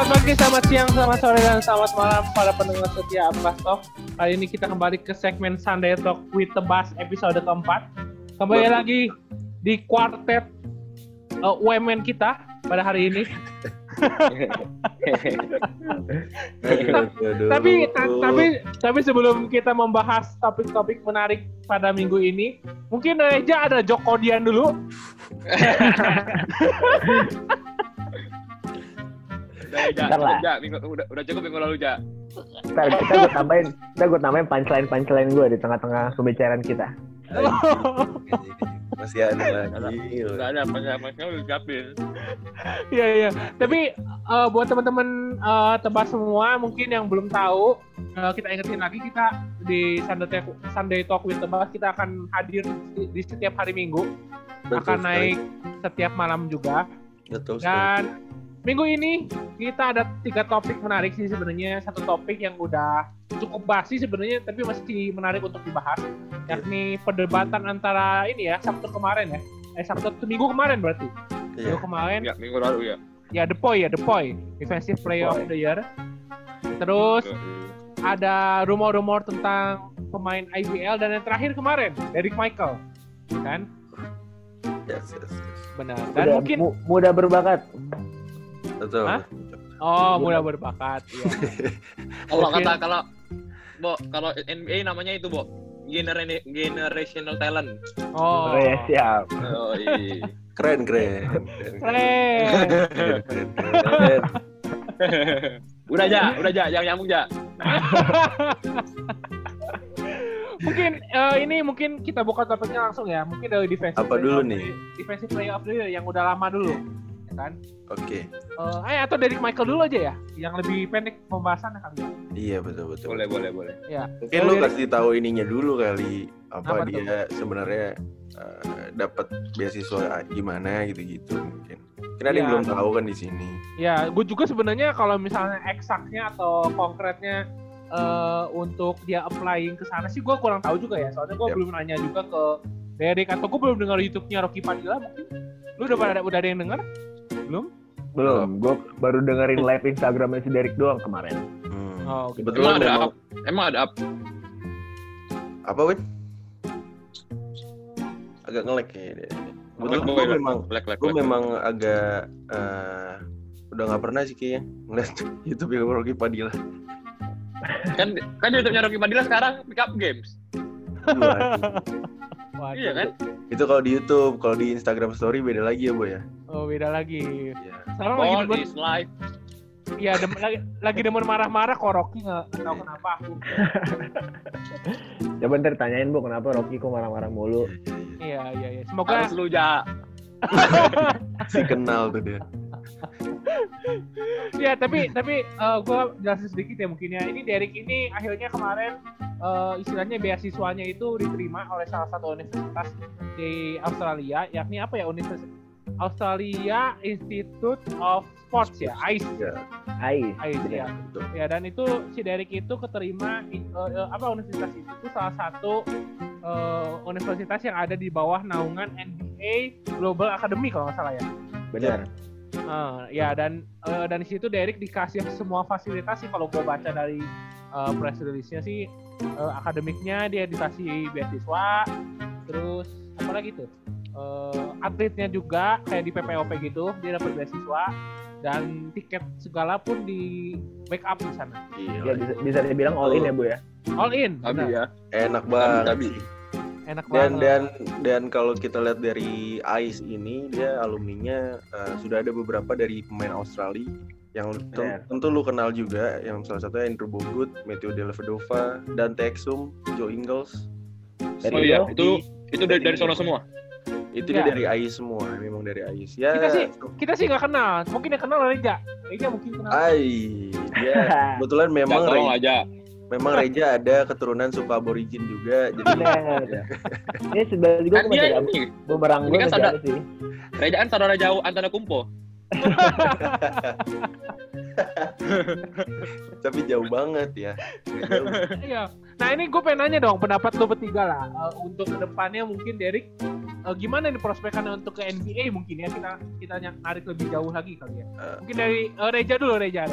Selamat pagi, selamat siang, selamat sore, dan selamat malam para pendengar setia Abbas Talk. Kali ini kita kembali ke segmen Sunday Talk with Tebas episode keempat. Kembali lagi di quartet UMN kita pada hari ini. tapi sebelum kita membahas topik-topik menarik pada minggu ini, mungkin Reja ada Jokodian dulu. Udah cukup minggu lalu, Ja. Kita gue tambahin punchline gue di tengah-tengah pembicaraan kita. Masih ada lagi. Enggak ada apa-apa udah capil. Iya. Tapi buat teman-teman Tebas semua mungkin yang belum tahu, kita ingetin lagi, kita di Sunday Talk with Tebas kita akan hadir di setiap hari Minggu. Akan naik setiap malam juga. Betul. Dan minggu ini kita ada 3 topik menarik sih sebenarnya. Satu topik yang udah cukup basi sebenarnya, tapi masih menarik untuk dibahas, yakni perdebatan antara ini ya, Sabtu kemarin ya. Minggu kemarin berarti. Iya. Minggu kemarin. Ya, minggu lalu ya. Ya, The Poi, Defensive Player of the Year. Terus ada rumor-rumor tentang pemain IBL, dan yang terakhir kemarin Derrick Michael, kan? Yes. Benar. Dan mungkin muda berbakat. Betul. Hah? Oh, muda berbakat. Iya. Kalau NBA namanya itu, Bo. Generational talent. Oh. Siap. Oh, iya. Keren. Udah Ja, jangan nyambung, Ja. Mungkin kita buka topiknya langsung ya. Mungkin dari defensive. Apa dulu nih? Defensive player of the year yang udah lama dulu, ya kan? Oke. Atau Derrick Michael dulu aja ya, yang lebih pendek pembahasannya kali. Iya, betul. Boleh. Ya. Mungkin lu kasih tahu ininya dulu kali, apa dia sebenarnya dapat beasiswa gimana gitu mungkin. Karena ada yang belum tahu kan di sini. Ya, gue juga sebenarnya kalau misalnya eksaknya atau konkretnya untuk dia applying ke sana sih gue kurang tahu juga ya. Soalnya gue belum nanya juga ke Derrick, atau gue belum dengar YouTube-nya Rocky Padilla mungkin. Lu udah ada yang denger? Belum. Gue baru dengerin live Instagramnya si Derrick doang kemarin. Oh, gitu. Kebetulan Emang ada apa, Win? Agak nge-lag kayaknya. Gue memang agak udah nggak pernah sih kayaknya ngeliat YouTube yang Rocky Padilla. kan YouTube-nya Rocky Padilla sekarang pick up games. Iya kan? Itu kalau di YouTube, kalau di Instagram Story beda lagi ya, Boy ya. Oh, beda lagi. Iya. Sekarang All is live. Iya, lagi demen marah-marah kok Rocky, nggak tahu kenapa aku. Coba ntar tanyain Bu, kenapa Rocky kok marah-marah mulu? Iya. Semoga Harus lu, Ja. Si kenal tuh dia. Ya, tapi gue jelasin sedikit ya mungkin ya. Ini Derrick ini akhirnya kemarin istilahnya beasiswanya itu diterima oleh salah satu universitas di Australia, yakni apa ya, Universitas Australia Institute of Sports ya, ICE. ICE ya. Ya, dan itu si Derrick itu keterima universitas itu salah satu universitas yang ada di bawah naungan NBA Global Academy kalau nggak salah ya. Benar. Ya, dan di situ Derrick dikasih semua fasilitas sih kalau gue baca dari press release-nya sih. Akademiknya dia dikasih beasiswa, terus apa lagi tuh, atletnya juga kayak di PPOP gitu dia dapat beasiswa, dan tiket segala pun di backup di sana. Ya, bisa dibilang all in ya, Bu ya. All in. Tapi ya. Enak banget. Enak banget. Dan kalau kita lihat dari ICE ini, dia alumninya sudah ada beberapa dari pemain Australia yang tentu lu kenal juga, yang salah satunya Andrew Bogut, Matthew Dellavedova, Dante Exum, Joe Ingles. Itu dari sana semua. Itu dia dari ICE semua, memang dari ICE. Ya. Kita sih nggak kenal, mungkin yang kenal Reja mungkin kenal. Dia kebetulan memang Reja ada keturunan suku aborigin juga, jadi ini sebenarnya juga kan dia ini bumerang gue kan sih. Reja kan saudara jauh Antara Kumpo. Tapi jauh banget ya. Iya. Nah, ini gue pengen nanya dong pendapat lo bertiga lah, untuk kedepannya mungkin Derrick gimana nih prospekannya untuk ke NBA mungkin ya, kita narik lebih jauh lagi kali ya. Mungkin dari Reja dulu, Reja.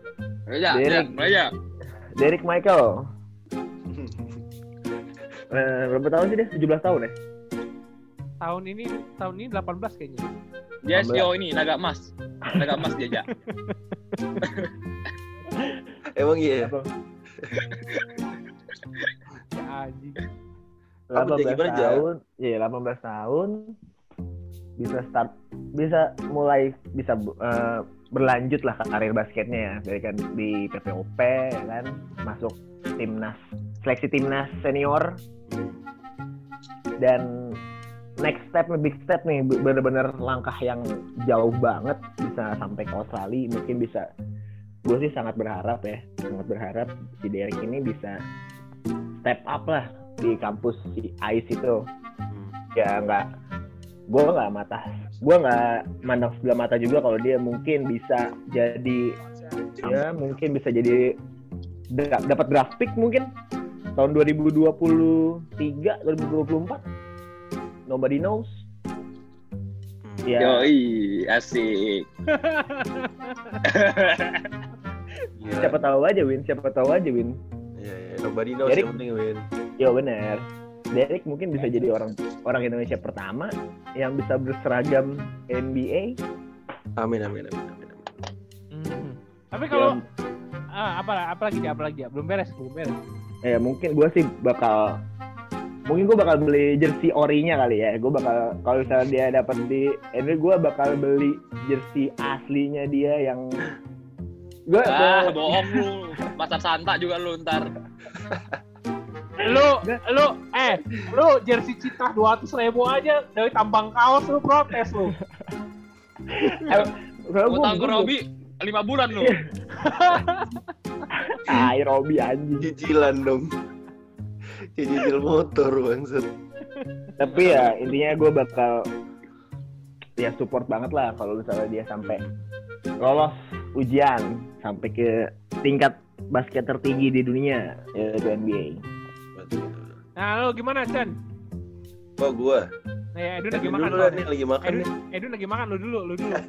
Derek Michael. Berapa tahun sih dia? 17 tahun ya? Tahun ini 18 kayaknya. Dia CEO ini naga emas dia. Emang iya. Ya anjing. 18 tahun. Iya, 18 tahun. Bisa mulai berlanjut lah karir basketnya ya. Dari kan di PPOP ya kan, masuk seleksi timnas senior. Dan next step nih, bener-bener langkah yang jauh banget, bisa sampai ke Australia. Mungkin bisa, gue sih sangat berharap si Derek ini bisa step up lah di kampus si ICE itu. Ya gue nggak mandang sebelah mata juga kalau dia mungkin bisa jadi dapat draft pick mungkin tahun 2023 2024. Nobody knows. Ya. Yoi, asik. Siapa tahu aja Win. Iya, nobody knows yang penting Win. Yo benar. Derek mungkin bisa jadi orang Indonesia pertama yang bisa berseragam NBA. Amin. Tapi kalau apa lagi ya? Belum beres. Ya mungkin gue bakal beli jersey orinya kali ya. Gue bakal, kalau misalnya dia dapat di NBA, gue bakal beli jersey aslinya dia yang bohong lu. Pasar Santa juga lu ntar. Lu jersey Citra 200.000 aja dari tambang kaos lu protes lu. Utang ke Robi 5 bulan lu. Robi anjing. Cicilan dong. Cicil motor bangsat. Tapi ya intinya gue bakal ya support banget lah kalau misalnya dia sampai lolos ujian sampai ke tingkat basket tertinggi di dunia, yaitu NBA. Nah, lo gimana, Chan? Oh, gua. Nah, ya, Edun lagi makan. Lagi makan. Edun lagi makan, lu dulu.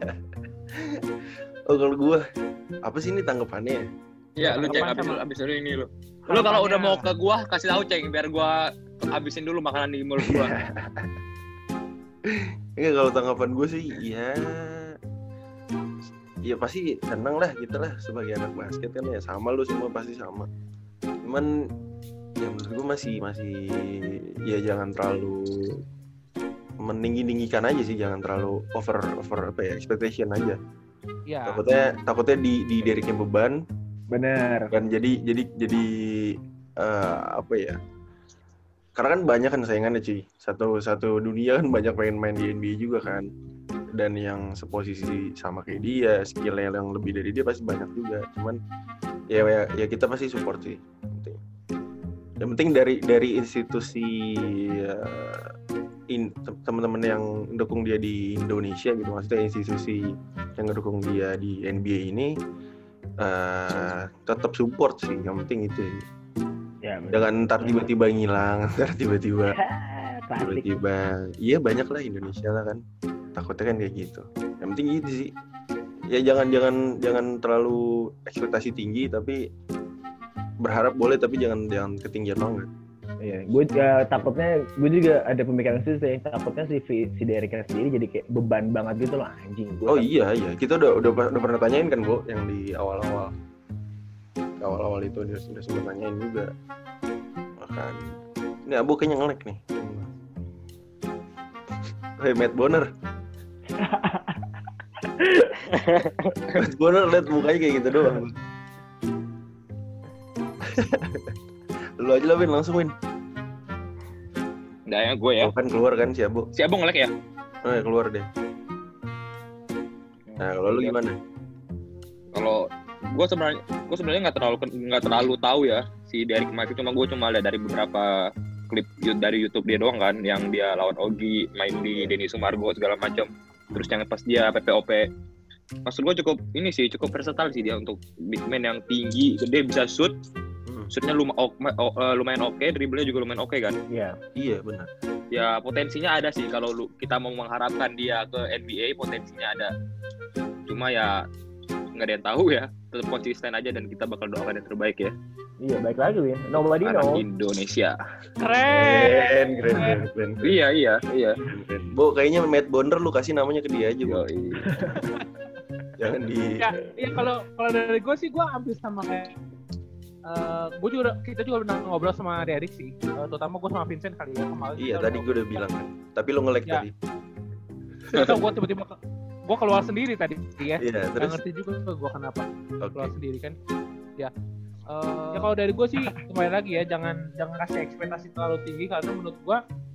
Oh, kalau gua, apa sih ini tanggapannya? Iya, lu cek abis dulu ini lu. Lu kalau udah mau ke gua, kasih tahu cek biar gua habisin dulu makanan di mulut gua. Enggak, kalau tanggapan gua sih ya pasti seneng lah gitu lah sebagai anak basket kan ya, sama lu semua pasti sama. Cuman ya menurut gue masih ya jangan terlalu meninggi-tinggikan aja sih, jangan terlalu over apa ya, expectation aja. Iya. Takutnya di Dereknya beban. Bener. Kan jadi apa ya? Karena kan banyak kan saingannya cuy. Satu dunia kan banyak pengen main di NBA juga kan. Dan yang seposisi sama kayak dia, skill-nya yang lebih dari dia pasti banyak juga. Cuman ya kita pasti support sih. Yang penting dari institusi teman-teman yang mendukung dia di Indonesia gitu, maksudnya institusi yang mendukung dia di NBA ini tetap support sih. Yang penting itu sih. Ya, jangan ntar tiba-tiba ngilang, ntar tiba-tiba iya banyak lah Indonesia lah kan. Takutnya kan kayak gitu. Yang penting gitu sih. Ya jangan terlalu ekspektasi tinggi, tapi berharap boleh, tapi jangan ketinggian banget. Iya, gue juga ada pemikiran itu sih. Takutnya si Derek sendiri jadi kayak beban banget gitu loh, anjing. Iya. Kita udah pernah tanyain kan, Bu, yang di awal-awal itu dia sudah sempat tanyain juga. Makan. Ini Abu kayaknya nge-lag nih. Hey, Matt Bonner. Matt Bonner liat mukanya kayak gitu doang. Lu aja lah Win, langsung Win. Udah ya gue ya. Kan keluar kan si Abu nge-lag ya? Keluar deh. Nah kalau lu gimana? Kalau gue sebenarnya nggak terlalu tahu ya si Derek Michael, gue cuma lihat dari beberapa klip dari YouTube dia doang kan, yang dia lawan Ogi, main di Denny Sumargo segala macam. Terus yang pas dia PPOP, maksud gue cukup versatile sih dia untuk big man yang tinggi, gede, bisa shootnya lumayan oke, dribblenya juga lumayan oke kan. Iya benar. Ya potensinya ada sih kalau kita mau mengharapkan dia ke NBA, potensinya ada. Cuma ya nggak ada yang tahu ya. Tetap konsisten aja dan kita bakal doakan yang terbaik ya. Iya, baik lagi Win. Nobody Anak know. Indonesia. Keren. Keren. Iya. Bo, kayaknya Matt Bonner lu kasih namanya ke dia aja, Bo. Jangan di. Ya kalau dari gue sih gue hampir sama kayak kita juga pernah ngobrol sama Derek sih, terutama gue sama Vincent kali ya kemarin. Iya, tadi gue udah bilang kan. Tapi lu nge-lag ya. tadi. Atau gue tiba-tiba gue keluar sendiri tadi ya. Iya, Gak terus ngerti juga gue kenapa keluar oke. sendiri kan. Ya. Ya kalau dari gue sih kembali lagi ya, jangan kasih ekspektasi terlalu tinggi karena menurut gue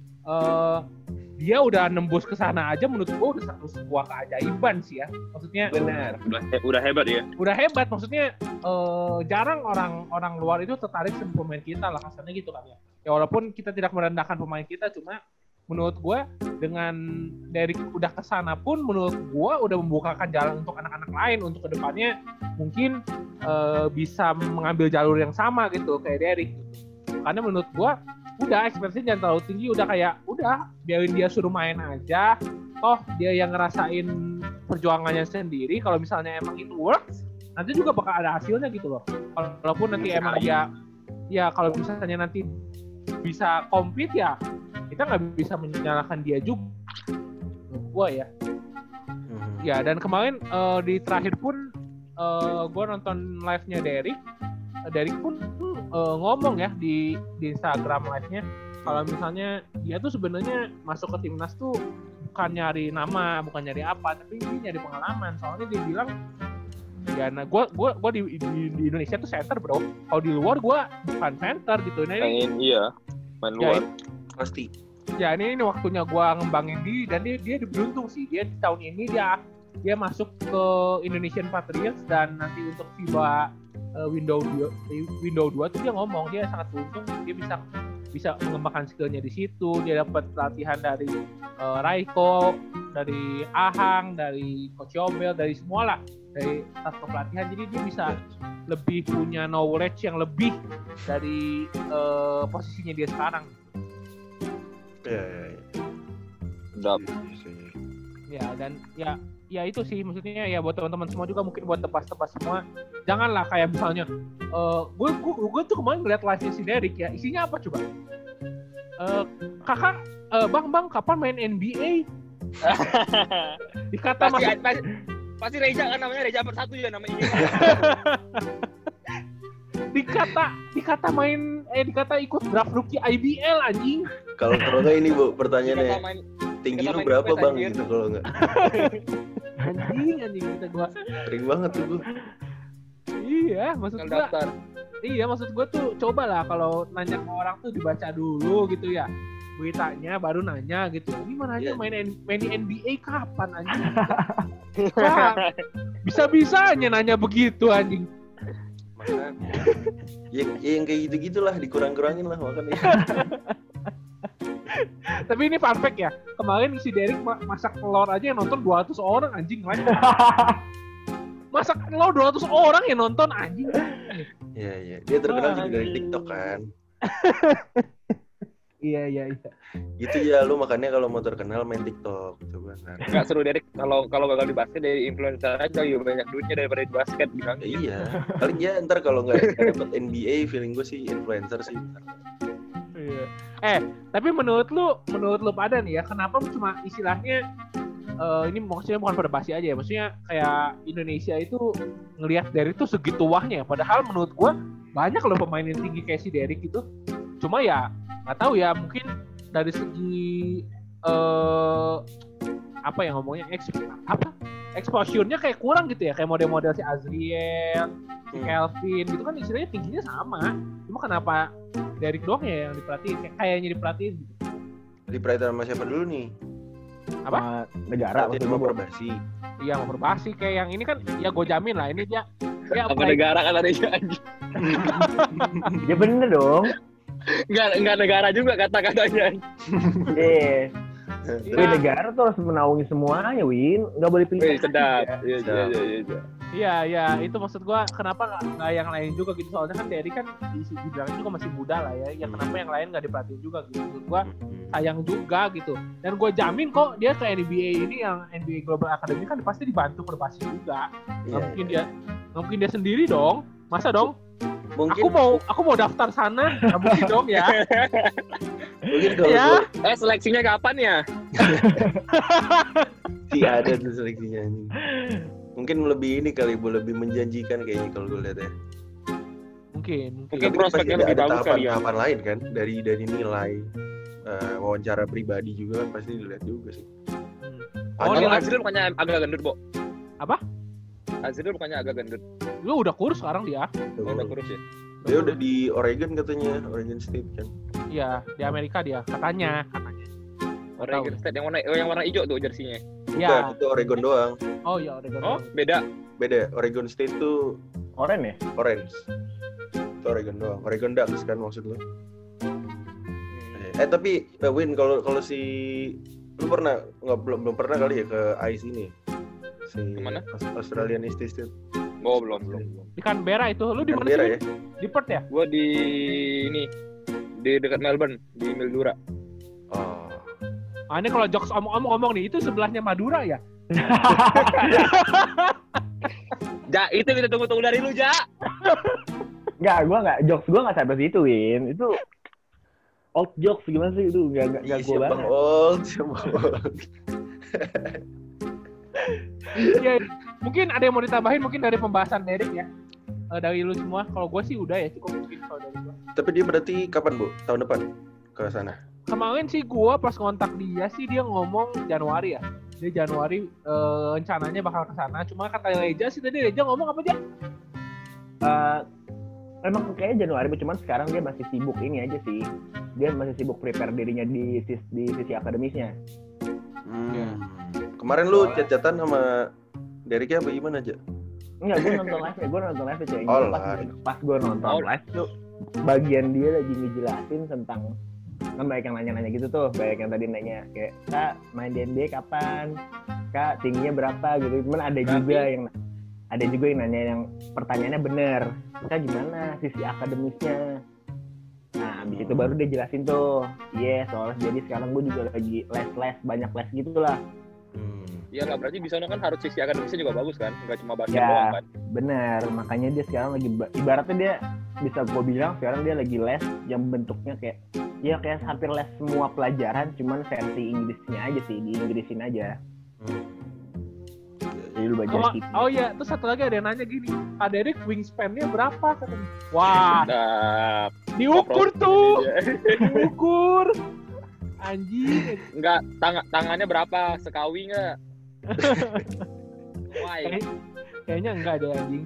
dia udah nembus ke sana aja, menurut gue udah satu sebuah keajaiban sih ya. Maksudnya Benar. Udah hebat ya. udah hebat, maksudnya jarang orang luar itu tertarik sama pemain kita lah, kasarnya gitu kan ya. Ya walaupun kita tidak merendahkan pemain kita, cuma menurut gue dengan Derek udah kesana pun menurut gue udah membukakan jalan untuk anak-anak lain untuk kedepannya mungkin bisa mengambil jalur yang sama gitu kayak Derek. Karena menurut gue udah ekspektasinya jangan terlalu tinggi, udah kayak udah biarin dia suruh main aja, toh dia yang ngerasain perjuangannya sendiri. Kalau misalnya emang itu works, nanti juga bakal ada hasilnya gitu loh. Walaupun nanti emang dia ya kalau misalnya nanti bisa compete ya kita nggak bisa menyalahkan dia juga menurut gue ya. Ya dan kemarin di terakhir pun gue nonton live-nya Derek pun ngomong ya di Instagram live-nya kalau misalnya dia tuh sebenarnya masuk ke timnas tuh bukan nyari nama, bukan nyari apa, tapi dia nyari pengalaman. Soalnya dia bilang ya, nah gue di Indonesia tuh center bro, kalau di luar gue bukan center gitu. Nah ini main luar Pasti. ya ini waktunya gue ngembangin diri dan dia beruntung sih, dia tahun ini dia masuk ke Indonesian Patriots dan nanti untuk FIBA window 2 tuh dia ngomong dia sangat beruntung, dia bisa mengembangkan skillnya di situ. Dia dapat pelatihan dari Raiko, dari Ahang, dari Coach Yobel, dari semua lah, dari staff pelatihan. Jadi dia bisa lebih punya knowledge yang lebih dari posisinya dia sekarang. Ya. Ya dan ya itu sih maksudnya ya buat teman-teman semua juga, mungkin buat tebas-tebas semua, janganlah kayak misalnya gue tuh kemarin ngeliat live si Derek ya, isinya apa coba, kakak bang kapan main NBA dikata pasti Reza kan, namanya Reza persatu ya namanya. dikata main dikata ikut draft rookie IBL anjing. Kalau nggak ini Bu pertanyaannya, tinggi lu berapa bang gitu kalau nggak? anjing kita gua Sering banget tuh Bu. Iya maksud gua tuh cobalah kalau nanya ke orang tuh dibaca dulu gitu ya beritanya, baru nanya gitu. Ini mana aja main di NBA kapan anjing? Wah, bisa-bisanya nanya begitu anjing. Makanya yang kayak gitu-gitulah dikurang-kurangin lah makanya. Tapi ini fun fact ya, kemarin si Derek masak telur aja yang nonton 200 orang anjing lah. Masak telur 200 orang yang nonton anjing. Iya. Dia terkenal juga dari TikTok kan. Iya. Gitu ya, lu makanya kalau mau terkenal main TikTok coba. Nggak seru Derek, kalau gagal di basket dari influencer aja lebih banyak duitnya daripada di basket bilang. Iya. Paling ya ntar kalau nggak dapet NBA, feeling gue sih influencer sih. Iya. Tapi menurut lu pada nih ya, kenapa cuma istilahnya ini maksudnya bukan pada basi aja ya, maksudnya kayak Indonesia itu ngelihat Derek tuh segitu wahnya, padahal menurut gua banyak loh pemain yang tinggi kayak si Derek gitu. Cuma ya nggak tahu ya, mungkin dari segi apa ya ngomongnya exposure-nya kayak kurang gitu ya, kayak model-model si Azriel, si Kelvin gitu kan istilahnya tingginya sama, cuma kenapa Derek doang ya yang diperhatiin, kayaknya diperhatiin gitu. Diperhatiin sama siapa dulu nih? Apa? Negara maksudnya mau perbasi. Iya mau perbasi kayak yang ini kan ya gue jamin lah ini dia apa negara kan ada aja. Ya bener dong. Enggak negara juga kata-katanya. Tapi negara tuh harus menaungi semuanya, Win. Nggak boleh pilih. Sedap. Iya. Iya, itu maksud gua kenapa nggak yang lain juga gitu, soalnya kan Derek kan dibilang juga masih muda lah ya. Ya kenapa yang lain nggak diperhatiin juga gitu. Menurut gua sayang juga gitu. Dan gua jamin kok dia ke NBA ini yang NBA Global Academy kan pasti dibantu Perbasi juga. Nggak mungkin dia sendiri dong. Masa dong? Mungkin Aku mau daftar sana, nggak mungkin dong ya. mungkin kalau Ya. Seleksinya kapan ya? ada tuh seleksinya ini. Mungkin lebih ini kali, lebih menjanjikan kayaknya kalau gue lihat ya. Mungkin. Mungkin Tapi prospeknya lebih bagus kali ya. tahapan lain kan dari nilai wawancara pribadi juga kan pasti dilihat juga sih. Kalau Azril bukannya agak gendut, Bo? Apa? Azril bukannya agak gendut. Lu udah kurus sekarang dia. Udah kurus ya? Dia udah di Oregon katanya, Oregon State kan. Iya, di Amerika dia katanya. Oregon State yang warna hijau tuh jersinya. Iya. Itu Oregon doang. Oh iya, Oregon. Oh, beda. Oregon State tuh Orange ya? orange. Itu Oregon doang. Oregon Ducks kan maksud lu. Tapi Win, kalau si lu pernah belum pernah kali ya ke ICE ini? Kemana? Australian Institute. Oh, belum. Di Canberra itu. Lu di mana Canberra sih? ya? Di Perth ya? Gua di dekat Melbourne, di Mildura. Oh. Ini kalau jokes ngomong nih, itu sebelahnya Madura ya? Ja, itu kita tunggu dari lu, Ja. Jokes gue nggak sampai situ, Win. Itu old jokes gimana sih itu? Nggak gue banget. Siapa old. Ya, mungkin ada yang mau ditambahin mungkin dari pembahasan Derek ya? Dari lu semua. Kalau gue sih udah ya, cukup mungkin kalau dari gue. Tapi dia berarti kapan, Bu? Tahun depan ke sana? Kemarin sih gue pas kontak dia sih dia ngomong Januari ya. Dia Januari rencananya bakal ke sana. Cuma kata Reja sih tadi, Reja ngomong apa dia? Memang kayaknya Januari, cuman sekarang dia masih sibuk ini aja sih. Dia masih sibuk prepare dirinya di sisi akademisnya. Kemarin lu chat-chatan sama Derek apa gimana aja? Enggak, gue nonton live aja. Oh, Pas gue nonton live tuh bagian dia lagi ngejelasin tentang, kan banyak yang nanya-nanya gitu tuh, banyak yang tadi nanya kayak, Kak main di NBA kapan? Kak tingginya berapa gitu. Cuman ada juga yang nanya yang pertanyaannya bener, Kak gimana sisi akademisnya? Nah abis itu baru dia jelasin tuh, soalnya jadi sekarang gue juga lagi les banyak les gitulah. Iya lah, berarti di sana kan harus sisi akademisnya juga bagus kan, nggak cuma basket doang kan. Bener, makanya dia sekarang lagi ibaratnya dia bisa gue bilang sekarang dia lagi les yang bentuknya kayak hampir les semua pelajaran, cuman versi Inggrisnya aja sih, di Inggrisin aja. Jadi lu baca gitu. Oh iya, terus satu lagi ada yang nanya gini, Kak Derek wingspan-nya berapa? Katanya. Wah, diukur tuh, diukur. Anjing. Enggak, tangannya berapa? Sekawi nggak? Kayaknya enggak ada anjing.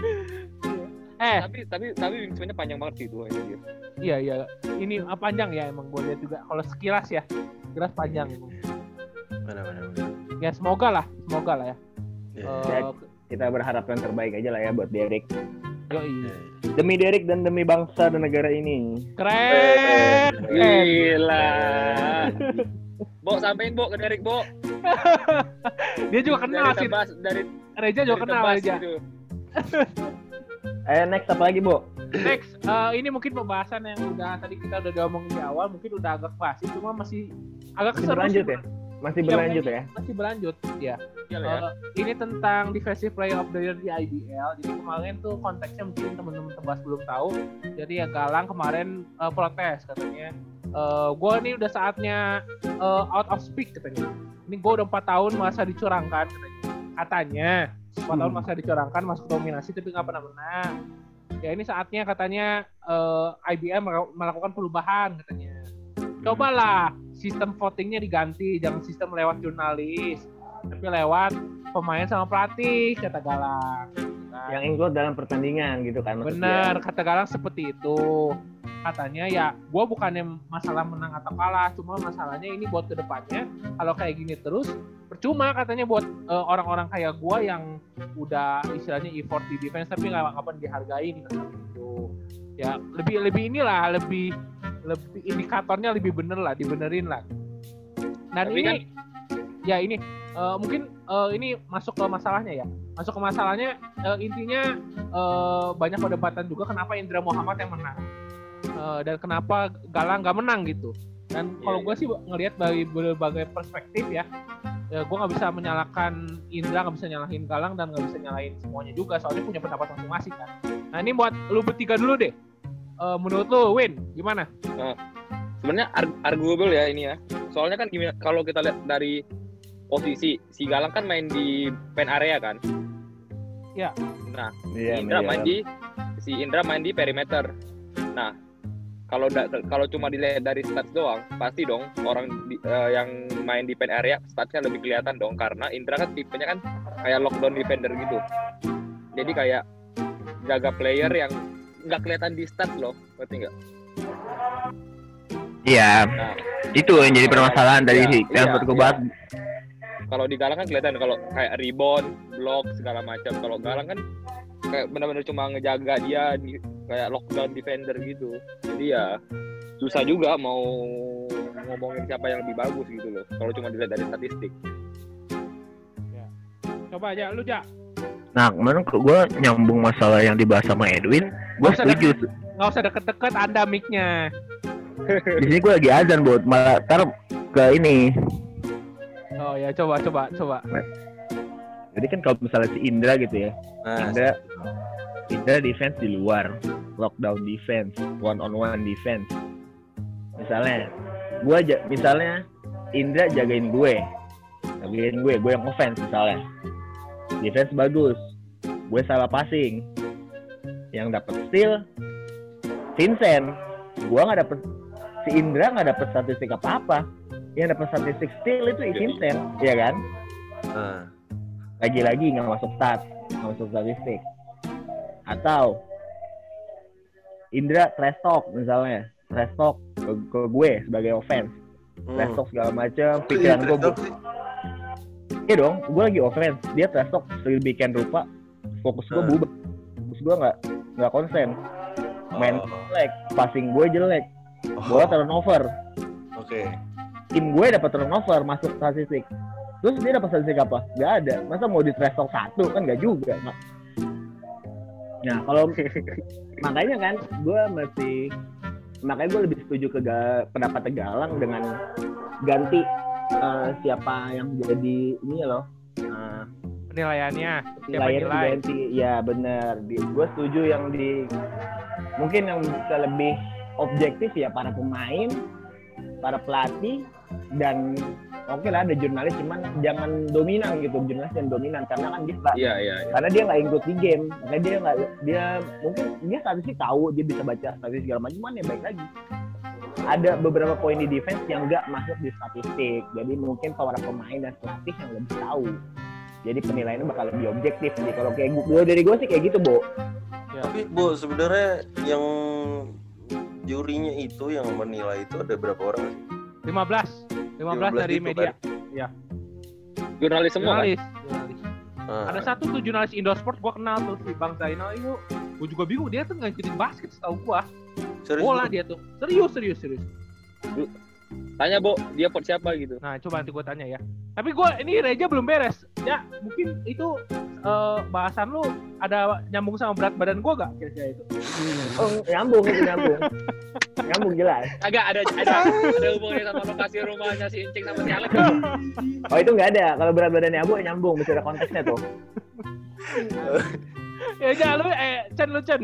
Tapi wingspan-nya panjang banget sih itu anjir. Iya. Ini panjang ya emang gue lihat juga. Kalau sekilas ya, sekilas panjang. Mana. Ya semoga lah ya. Kita berharap yang terbaik aja lah ya buat Derek. Yoi. Demi Derek dan demi bangsa dan negara ini. Keren. Gila. Bo, sampein Bo ke Derek, Bo. Dia juga kenal sih. Dari Reja juga kenal Reja. Gitu. Next apa lagi, Bo? Next, ini mungkin pembahasan yang tadi kita udah ngomongin di awal, mungkin udah agak klasik, cuma masih agak berlanjut ya? Masih berlanjut ya? Masih berlanjut, ya. Ya. Ini tentang Defensive Player of the Year di IBL. Jadi kemarin tuh konteksnya mungkin teman-teman tebas belum tahu. Jadi ya Galang kemarin protes katanya. Gue ini udah saatnya out of speak katanya. Ini gue udah 4 tahun masa dicurangkan katanya. 4 tahun masa dicurangkan masuk dominasi tapi nggak pernah menang. Ya ini saatnya katanya IBL melakukan perubahan katanya. Cobalah sistem votingnya diganti, jangan sistem lewat jurnalis, tapi lewat pemain sama pelatih, kata Galang. Yang include dalam pertandingan gitu kan? Bener, kata Galang seperti itu. Katanya ya, gue bukannya masalah menang atau kalah, cuma masalahnya ini buat kedepannya. Kalau kayak gini terus, percuma katanya buat orang-orang kayak gue yang udah istilahnya effort di defense tapi nggak dihargain gitu. Ya lebih inilah, lebih indikatornya lebih bener lah, dibenerin lah. Dan tapi ini kan, ya ini Mungkin ini masuk ke masalahnya ya. Masuk ke masalahnya intinya banyak perdebatan juga kenapa Indra Muhammad yang menang dan kenapa Galang nggak menang gitu. Dan kalau gue sih ngelihat dari berbagai perspektif ya, gue nggak bisa menyalahkan Indra, nggak bisa nyalahin Galang dan nggak bisa nyalahin semuanya juga. Soalnya punya pendapat masing-masing kan. Nah ini buat lu bertiga dulu deh. Menurut lu Win gimana? Sebenarnya arguable ya ini ya. Soalnya kan gimana kalau kita lihat dari posisi si Galang kan main di pen area kan. Ya. Nah, si Indra main di perimeter. Nah, kalau cuma dilihat dari stats doang, pasti dong orang yang main di pen area statsnya lebih kelihatan dong karena Indra kan tipenya kan kayak lockdown defender gitu. Jadi kayak jaga player yang nggak kelihatan di stats loh, ngerti nggak? Iya. Nah, itu yang jadi permasalahan dari yang berkobat. Kalau di Galang kan kelihatan kalau kayak rebound, block segala macam. Kalau Galang kan kayak benar-benar cuma ngejaga dia kayak lockdown defender gitu. Jadi ya susah juga mau ngomongin siapa yang lebih bagus gitu loh. Kalau cuma dilihat dari statistik. Ya. Coba aja lu, Jak. Nah, kemarin gue nyambung masalah yang dibahas sama Edwin. Gue setuju. Nggak usah deket-deket Anda mic-nya. Di sini gue lagi azan buat malah tar ke ini. Oh ya, coba. Jadi kan kalau misalnya si Indra gitu ya, Indra defense di luar, lockdown defense, one on one defense. Misalnya Indra jagain gue yang offense misalnya, defense bagus, gue salah passing, yang dapat steal Vincent, si Indra nggak dapet statistik apa-apa. Yang dapat statistik steal itu Vincent, ya kan? Lagi-lagi nggak masuk statistik. Atau Indra trash talk misalnya, ke gue sebagai offense, trash talk segala macam, pikiran gue. Iya dong, gue lagi offense, dia trash talk sedemikian rupa, fokus gue berubah, fokus gue nggak konsen, main jelek, passing gue jelek, bola turnover. Oke. Tim gue dapat turnover masuk statistik. Terus dia dapat statistik apa? Gak ada. Masa mau di trash talk 1 kan gak juga. Nah kalau makanya kan gue lebih setuju ke pendapat Galang dengan ganti siapa yang jadi ini loh. Penilaiannya ganti. Ya benar. Gue setuju yang mungkin yang bisa lebih objektif ya para pemain, para pelatih, dan oke lah ada jurnalis, cuman jangan dominan gitu, jurnalis jangan dominan karena kan dia karena dia nggak ikut di game, karena dia mungkin dia statistik tahu, dia bisa baca statistik segala macam, cuman ya baik lagi ada beberapa poin di defense yang nggak masuk di statistik, jadi mungkin para pemain dan pelatih yang lebih tahu, jadi penilaiannya bakal lebih objektif. Jadi kalau kayak gue sih kayak gitu, Bo. Ya. Tapi Bo, sebenarnya yang jurinya itu yang menilai itu ada berapa orang? 15 dari media. Kan? Ya. Jurnalis semua jurnalis. Ada satu tuh jurnalis Indosport gua kenal tuh si Bang Zainal itu. Gua juga bingung dia tuh ngikutin basket setahu gua. Serius bola dia tuh. Serius. Tanya Bo, dia pot siapa gitu. Nah, coba nanti gua tanya ya. Tapi ini Reja belum beres. Ya, mungkin itu bahasan lu ada nyambung sama berat badan gua gak kira-kira itu? Oh, nyambung. Nyambung jelas. Agak ada hubungannya sama lokasi rumahnya si Incing sama si Alex. Oh, itu enggak ada. Kalau berat badannya Abu nyambung, bisa ada konteksnya tuh. Ya jangan lu Chen.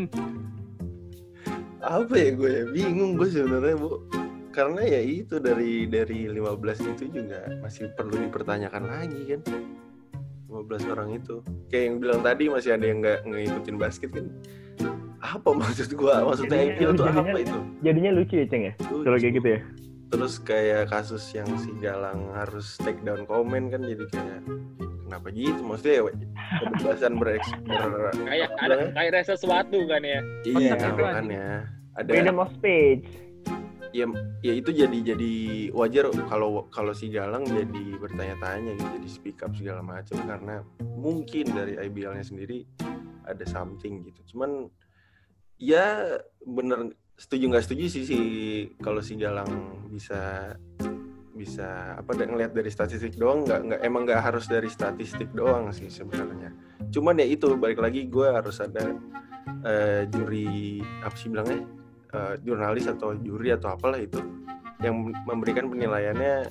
Apa ya gue bingung gue sebenarnya, Bu. Karena ya itu dari 15 itu juga masih perlu dipertanyakan lagi kan. 15 orang itu. Kayak yang bilang tadi masih ada yang enggak ngikutin basket kan. Apa maksud gua? Maksudnya IPL itu apa itu? Jadinya lucu ya, Ceng ya? Kalau kayak gitu ya. Terus kayak kasus yang si Galang harus take down komen kan, jadi kayak kenapa gitu? Maksudnya ya kebebasan kayak rasa sesuatu kan ya. Iya, makanya ada freedom of speech. Ya itu jadi wajar kalau si Galang jadi bertanya-tanya gitu, jadi speak up segala macam karena mungkin dari IBL-nya sendiri ada something gitu. Cuman ya bener, setuju nggak setuju sih kalau si Galang bisa ngelihat dari statistik doang, nggak harus dari statistik doang sih sebenarnya. Cuman ya itu balik lagi gue harus ada juri apa sih bilangnya, jurnalis atau juri atau apalah itu yang memberikan penilaiannya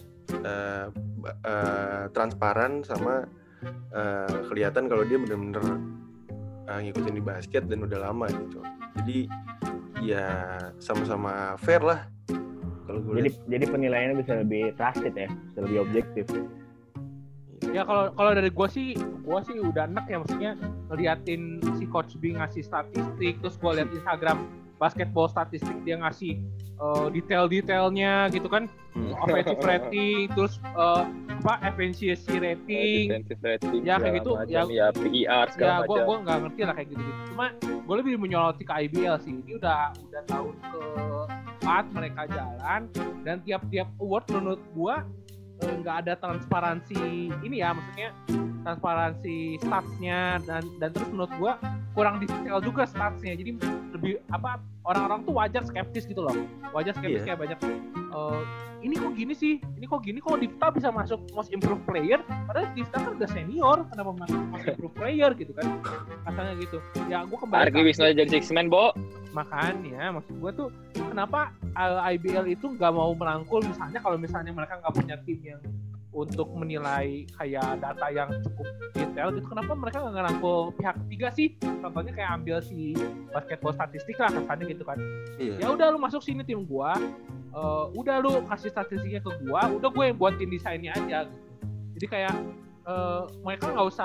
transparan sama kelihatan kalau dia benar-benar ngikutin di basket dan udah lama gitu. Jadi ya sama-sama fair lah. Jadi penilaiannya bisa lebih trusted ya, bisa lebih objektif. Ya kalau dari gue sih udah enak ya, maksudnya ngeliatin si Coach B ngasih statistik, terus gue liat Instagram basketball statistik dia ngasih detail-detailnya gitu kan, offensive rating, terus efficiency rating, ya kayak gitu, ya PER segala macam. Ya gue nggak ngerti lah kayak gitu. Cuma gue lebih menyoroti ke IBL sih. Ini udah tahun ke-4 mereka jalan, dan tiap award menurut gue nggak ada transparansi ini ya, maksudnya transparansi statsnya, dan terus menurut gue kurang detail juga statsnya. Jadi lebih orang-orang tuh wajar skeptis gitu loh, kayak banyak ini kok gini kok Difta bisa masuk most improved player, padahal Difta kan udah senior, kenapa masuk most improved player gitu kan, katanya gitu ya. Gue kembali Arki Wisnu jadi six man, Bo. Makanya maksud gue tuh kenapa IBL itu nggak mau merangkul, misalnya kalau misalnya mereka nggak punya tim yang untuk menilai kayak data yang cukup detail gitu, kenapa mereka nggak ngerangkul pihak ketiga sih? Contohnya kayak ambil si basketball statistik lah kesannya gitu kan. Ya udah lu masuk sini tim gua, udah lu kasih statistiknya ke gua, udah gue yang buatin desainnya aja gitu. Jadi kayak mereka nggak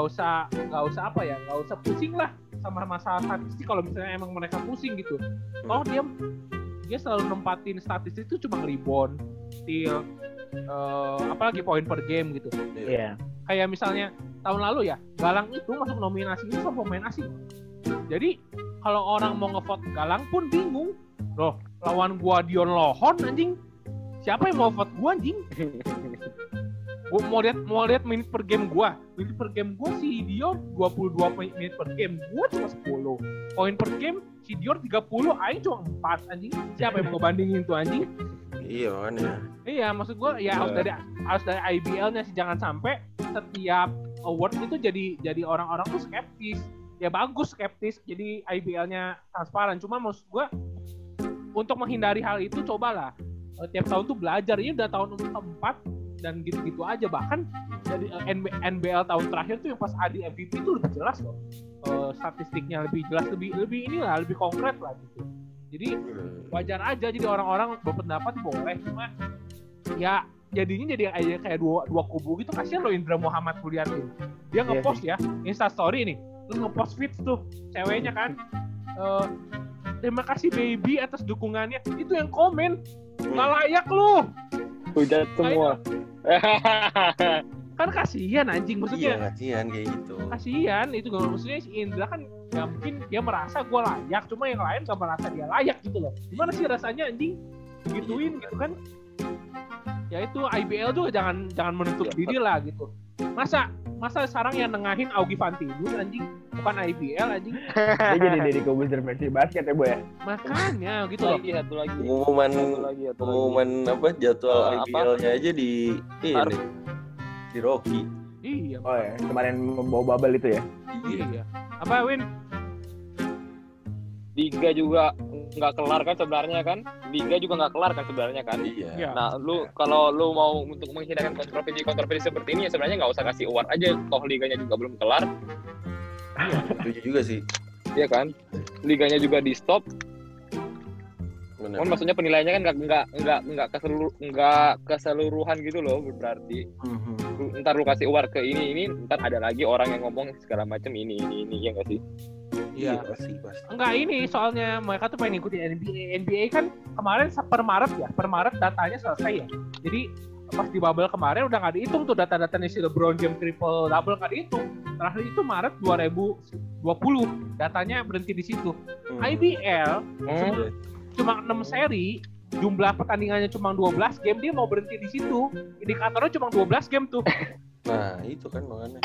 usah pusing lah sama masalah statistik. Kalau misalnya emang mereka pusing gitu, dia selalu nempatin statistik itu cuma rebound, steal, apalagi poin per game gitu. Iya. Kayak misalnya tahun lalu ya, Galang itu masuk nominasi itu sama pemain asing. Jadi kalau orang mau ngevote Galang pun bingung. Loh, lawan gua Dion Lohon anjing. Siapa yang mau vote gua anjing? Gua mau lihat menit per game gua. Menit per game gua si Dion 22 menit per game, gua cuma 10. Poin per game si Dion 30, aing cuma 4 anjing. Siapa yang mau ngebandingin tuh anjing? Iya kan ya. Iya, maksud gue ya harus dari IBL-nya sih, jangan sampai setiap award itu jadi orang-orang tuh skeptis. Ya bagus skeptis, jadi IBL-nya transparan. Cuma maksud gue untuk menghindari hal itu cobalah tiap tahun tuh belajar. Ini udah tahun keempat dan gitu-gitu aja. Bahkan dari NBL tahun terakhir tuh yang pas Adi MVP itu lebih jelas loh. Statistiknya lebih jelas, lebih konkret lah gitu. Jadi wajar aja, jadi orang-orang berpendapat boleh, cuma ya jadinya jadi kayak dua kubu gitu. Kasihan lo Indra Muhammad Buliatin, dia ngepost ya Instastory nih, terus ngepost feeds tuh ceweknya kan, terima kasih baby atas dukungannya, itu yang komen nggak layak lu, hujat semua. Kan kasihan anjing, maksudnya. Iya, kasihan kayak gitu. Kasihan itu, maksudnya si Indra kan ya mungkin dia merasa gue layak, cuma yang lain gak merasa dia layak gitu loh. Gimana sih rasanya anjing gituin gitu kan? Ya itu IBL juga jangan menutup diri lah gitu. Masa sekarang yang nengahin Augie Fantinus anjing, bukan IBL anjing. Dia jadi dari Kobuser versi basket ya, Bu ya. Makanya gitu loh. Satu lagi. Pengumuman apa jadwal IBL-nya aja di Rocky. Iya. Oh ya, kemarin membawa bubble itu ya. Iya. Apa Win? Liga juga nggak kelar kan sebenarnya kan? Liga juga nggak kelar kan sebenarnya kan? Iya. Nah, kalau lu mau untuk menghindarkan kontroversi seperti ini ya sebenarnya nggak usah kasih award aja, toh liganya juga belum kelar. Iya, setuju juga sih. Iya kan? Liganya juga di stop. Kan maksudnya penilaiannya kan nggak keseluruhan gitu loh, berarti. Ntar lu kasih award ke ini, ntar ada lagi orang yang ngomong segala macam ini ya nggak sih? Iya pasti. Enggak, ini soalnya mereka tuh pengen ikutin NBA kan kemarin per Maret datanya selesai ya. Jadi pas di bubble kemarin udah nggak dihitung tuh data-datanya si LeBron James triple double, nggak dihitung. Terakhir itu Maret 2020 datanya berhenti di situ. IBL cuma 6 seri, jumlah pertandingannya cuma 12 game, dia mau berhenti di situ. Indikatornya cuma 12 game tuh. Nah, itu kan makanya.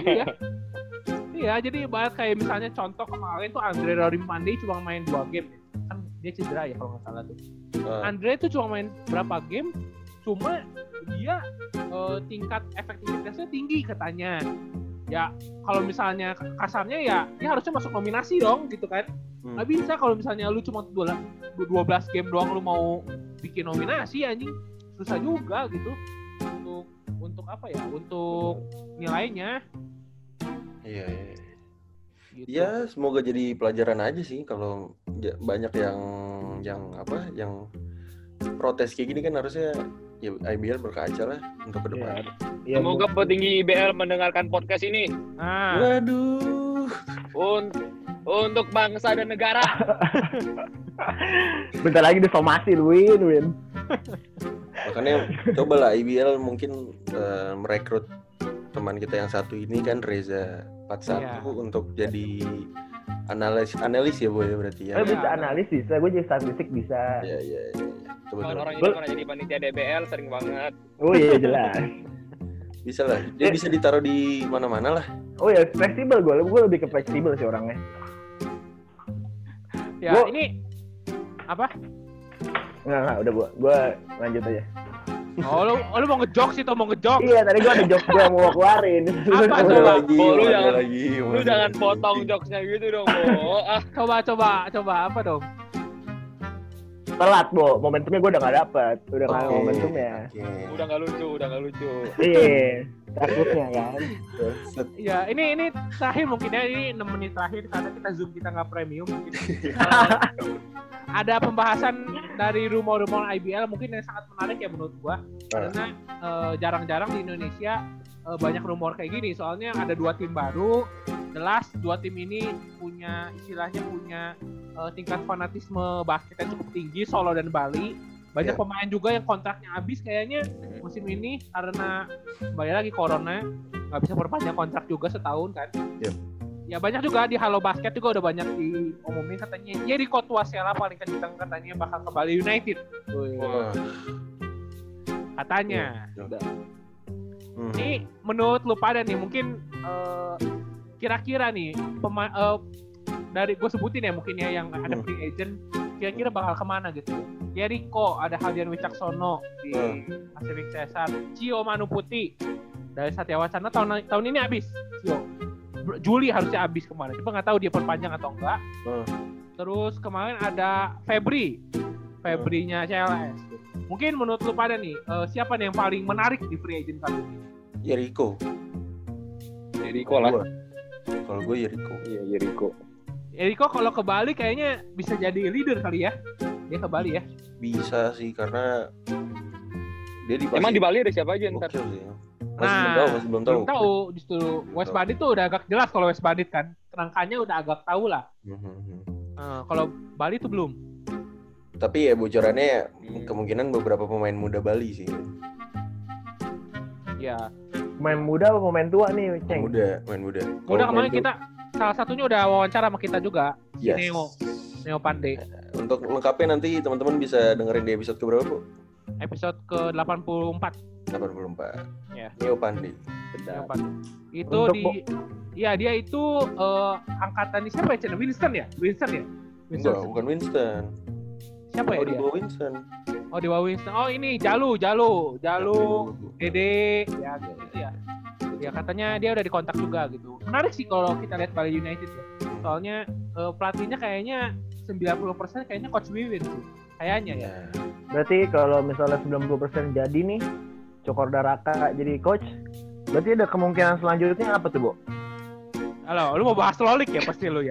Iya, jadi banget kayak misalnya contoh kemarin tuh Andre Rorimande cuma main 2 game. Kan dia cedera ya kalau nggak salah tuh. Andre tuh cuma main berapa game? Cuma dia tingkat efektivitasnya tinggi katanya. Ya kalau misalnya kasarnya ya harusnya masuk nominasi dong gitu kan. Nggak bisa kalau misalnya lu cuma 12 game doang lu mau bikin nominasi anjing, susah juga gitu untuk apa ya, untuk nilainya. Iya. Gitu. Ya semoga jadi pelajaran aja sih kalau banyak yang protes kayak gini kan, harusnya ya IBL berkaca lah untuk ke depan. Ya, Semoga petinggi IBL mendengarkan podcast ini. Waduh. Untuk bangsa dan negara. bentar lagi disomasi win. Makanya cobalah IBL mungkin merekrut teman kita yang satu ini kan, Reza 41 untuk jadi analis ya Boy berarti ya. Bisa analis bisa, gue jadi statistik bisa. Iya. Coba. Orang ini pernah jadi panitia DBL sering banget. Oh iya jelas. Bisa lah. Dia bisa ditaruh di mana-mana lah. Oh ya fleksibel, gue lebih ke fleksibel sih orangnya. Ya ini apa? Enggak, udah gue lanjut aja. Oh lu mau ngejok sih, atau mau ngejok? Iya, tadi gue ada jokes gue mau keluarin. Apa coba? Lu jangan potong jokesnya gitu dong, Bo. Coba apa dong? Telat, Bo. Momentumnya gue udah gak dapet. Udah gak ada momentumnya. Udah gak lucu. Iya, takutnya kan. Ya, ini terakhir mungkin ya, ini 6 menit terakhir karena kita Zoom kita nggak premium mungkin. Ada pembahasan dari rumor-rumor IBL mungkin yang sangat menarik ya menurut gua. Karena jarang-jarang di Indonesia banyak rumor kayak gini. Soalnya ada 2 tim baru. Jelas 2 tim ini punya tingkat fanatisme basket yang cukup tinggi, Solo dan Bali. Banyak pemain juga yang kontraknya habis kayaknya musim ini karena kembali lagi corona, nggak bisa perpanjang kontrak juga setahun kan. Ya banyak juga di Halo Basket juga udah banyak diumumin katanya Jericho Tuasela paling kencang katanya bakal ke Bali United. Katanya. Ini menurut lu pada nih mungkin kira-kira nih dari gue sebutin ya mungkin ya yang ada free agent kira-kira bakal kemana gitu. Jericho, ada Haldian Wicaksono di Pacific Cesar, Cio Manuputi dari Satya Wacana tahun ini habis. Cio Juli harusnya habis kemarin, cuma nggak tahu dia perpanjang atau enggak. Terus kemarin ada Febri-nya CLS. Mungkin menurut lu pada nih siapa nih yang paling menarik di free agent kali ini? Jericho lah. Kalau gue Jericho. Iya, Jericho kalau ke Bali kayaknya bisa jadi leader kali ya. Dia ke Bali ya. Bisa sih karena dia Emang di Bali ada siapa aja ntar? Masih belum tahu. Belum tahu justru West Bandit tuh udah agak jelas kalau West Bandit kan. Kerangkanya udah agak tahu lah. Kalau Bali tuh belum. Tapi ya bocorannya kemungkinan beberapa pemain muda Bali sih. Ya. Pemain muda apa pemain tua nih, Ceng? Pemain muda. Udah kemarin kita salah satunya udah wawancara sama kita juga. Neo Pandey. Untuk lengkapnya nanti teman-teman bisa dengerin di episode keberapa, Bu? Episode ke-84. 84. Ya. Neo Pandey. Itu dia itu angkatan siapa ya? Winston ya? Enggak, bukan Winston. Siapa ya dia? Winston. Di bawah Winston. Oh ini Jalu, Dede, ya gitu ya. Ya katanya dia udah dikontak juga gitu. Menarik sih kalau kita lihat Bali United ya. Soalnya pelatihnya kayaknya 90% kayaknya Coach Wiwin sih. Kayaknya ya. Berarti kalau misalnya 90% jadi nih, Cokorda Raka jadi coach, berarti ada kemungkinan selanjutnya apa tuh, Bo? Halo, lu mau bahas Lolik ya pasti lu ya.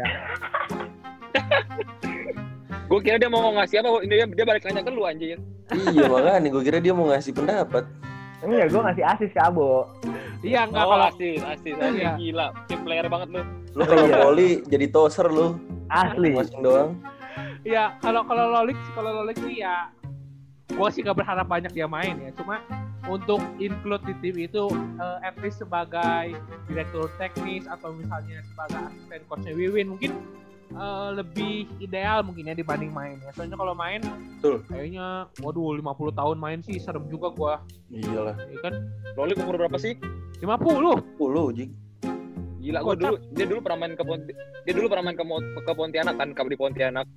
Gue kira dia mau ngasih apa, dia balik nanya ke lu anjir. Iya makanya gue kira dia mau ngasih pendapat. Enggak, gue ngasih asis ke Abo. Iya enggak kalau asis gila, tim player banget lu. Lu kalau volley jadi toser lu. Asli. Masing doang. Iya, kalau Lolik sih ya gue sih gak berharap banyak dia main ya. Cuma untuk include di tim itu at least sebagai direktur teknis atau misalnya sebagai asisten coachnya Wiwin mungkin lebih ideal mungkin ya dibanding main ya. Soalnya kalau main kayaknya 50 tahun main sih serem juga gua. Iyalah. Iya kan? Lolik umur berapa sih? 50, Jing. Gila, dia dulu pernah main ke Pontianak kan, di Pontianak.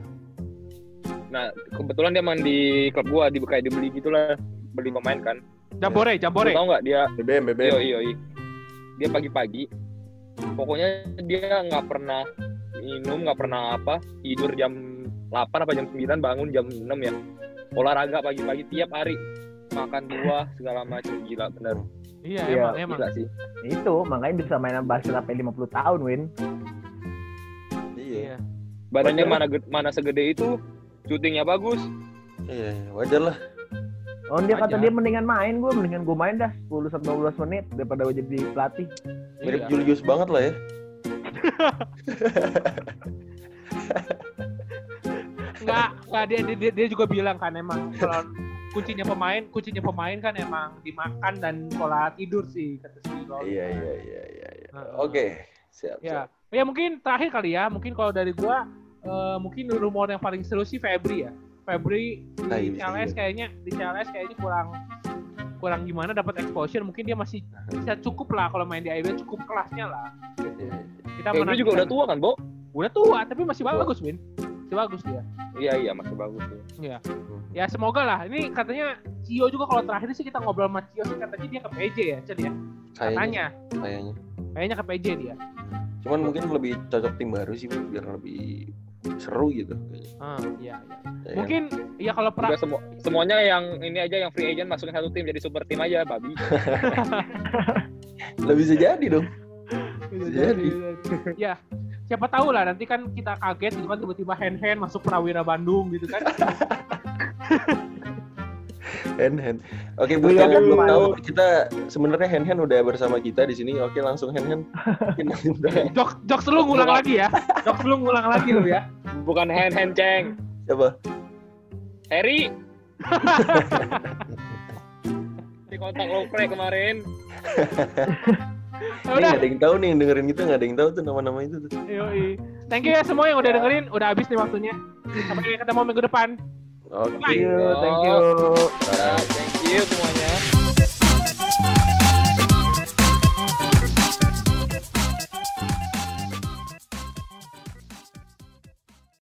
Nah, kebetulan dia main di klub gua, kayak dibeli gitulah, beli pemain kan. Jambore. Tahu nggak dia? BBM. Iya. Dia pagi-pagi, pokoknya dia nggak pernah minum, nggak pernah tidur jam 8 apa jam 9, bangun jam 6 ya. Olahraga pagi-pagi tiap hari, makan buah segala macam, gila bener. Iya, emang. Gila sih. Itu makanya bisa main basket sampai 50 tahun, Win. Iya. Badannya mana segede itu, syutingnya bagus. Iya, wajar lah. Oh, dia kata dia mendingan gue main dah 10-12 menit daripada gue jadi pelatih. Mirip Julius banget lah ya. Enggak, dia juga bilang kan emang kalau kuncinya pemain kan emang dimakan dan pola tidur sih kata si Lolo. Iya. Oke, siap. Ya mungkin terakhir kali ya, mungkin kalau dari gua mungkin rumor yang paling seru sih Febri ya. Febri di CLS kayaknya kurang gimana dapat exposure, mungkin dia masih bisa cukup lah kalau main di IBL, cukup kelasnya lah. Febri juga udah tua kan, Bo? Udah tua tapi masih bagus, Win. Masih bagus dia. Iya, masih bagus ya. Ya semoga lah. Ini katanya Cio juga kalau terakhir sih kita ngobrol sama Cio sih katanya dia ke PJ ya, Cen ya. Kayaknya ke PJ dia. Cuman mungkin lebih cocok tim baru sih biar lebih seru gitu. Iya. Mungkin ya kalau semuanya yang ini aja yang free agent masukin satu tim jadi super tim aja, babi. Lah bisa jadi dong. Bisa jadi. Ya. Siapa tahu lah nanti kan kita kaget gitu kan tiba-tiba hand masuk Prawira Bandung gitu kan. Hand. Oke, buat kalian belum tahu kita sebenarnya hand udah bersama kita di sini. Oke, langsung hand. Jokes lu ngulang lagi ya. Jokes lu ngulang lagi lu ya. Bukan hand Ceng. Siapa? Harry. Di kontak Lokre kemarin. Ya udah. Nggak ada yang tahu nih yang dengerin kita, nggak ada yang tahu tuh nama-nama itu tuh. Yoi. Thank you ya semua yang udah dengerin, udah habis nih waktunya. Sampai ketemu minggu depan. Oke. Thank you. Thank you semuanya.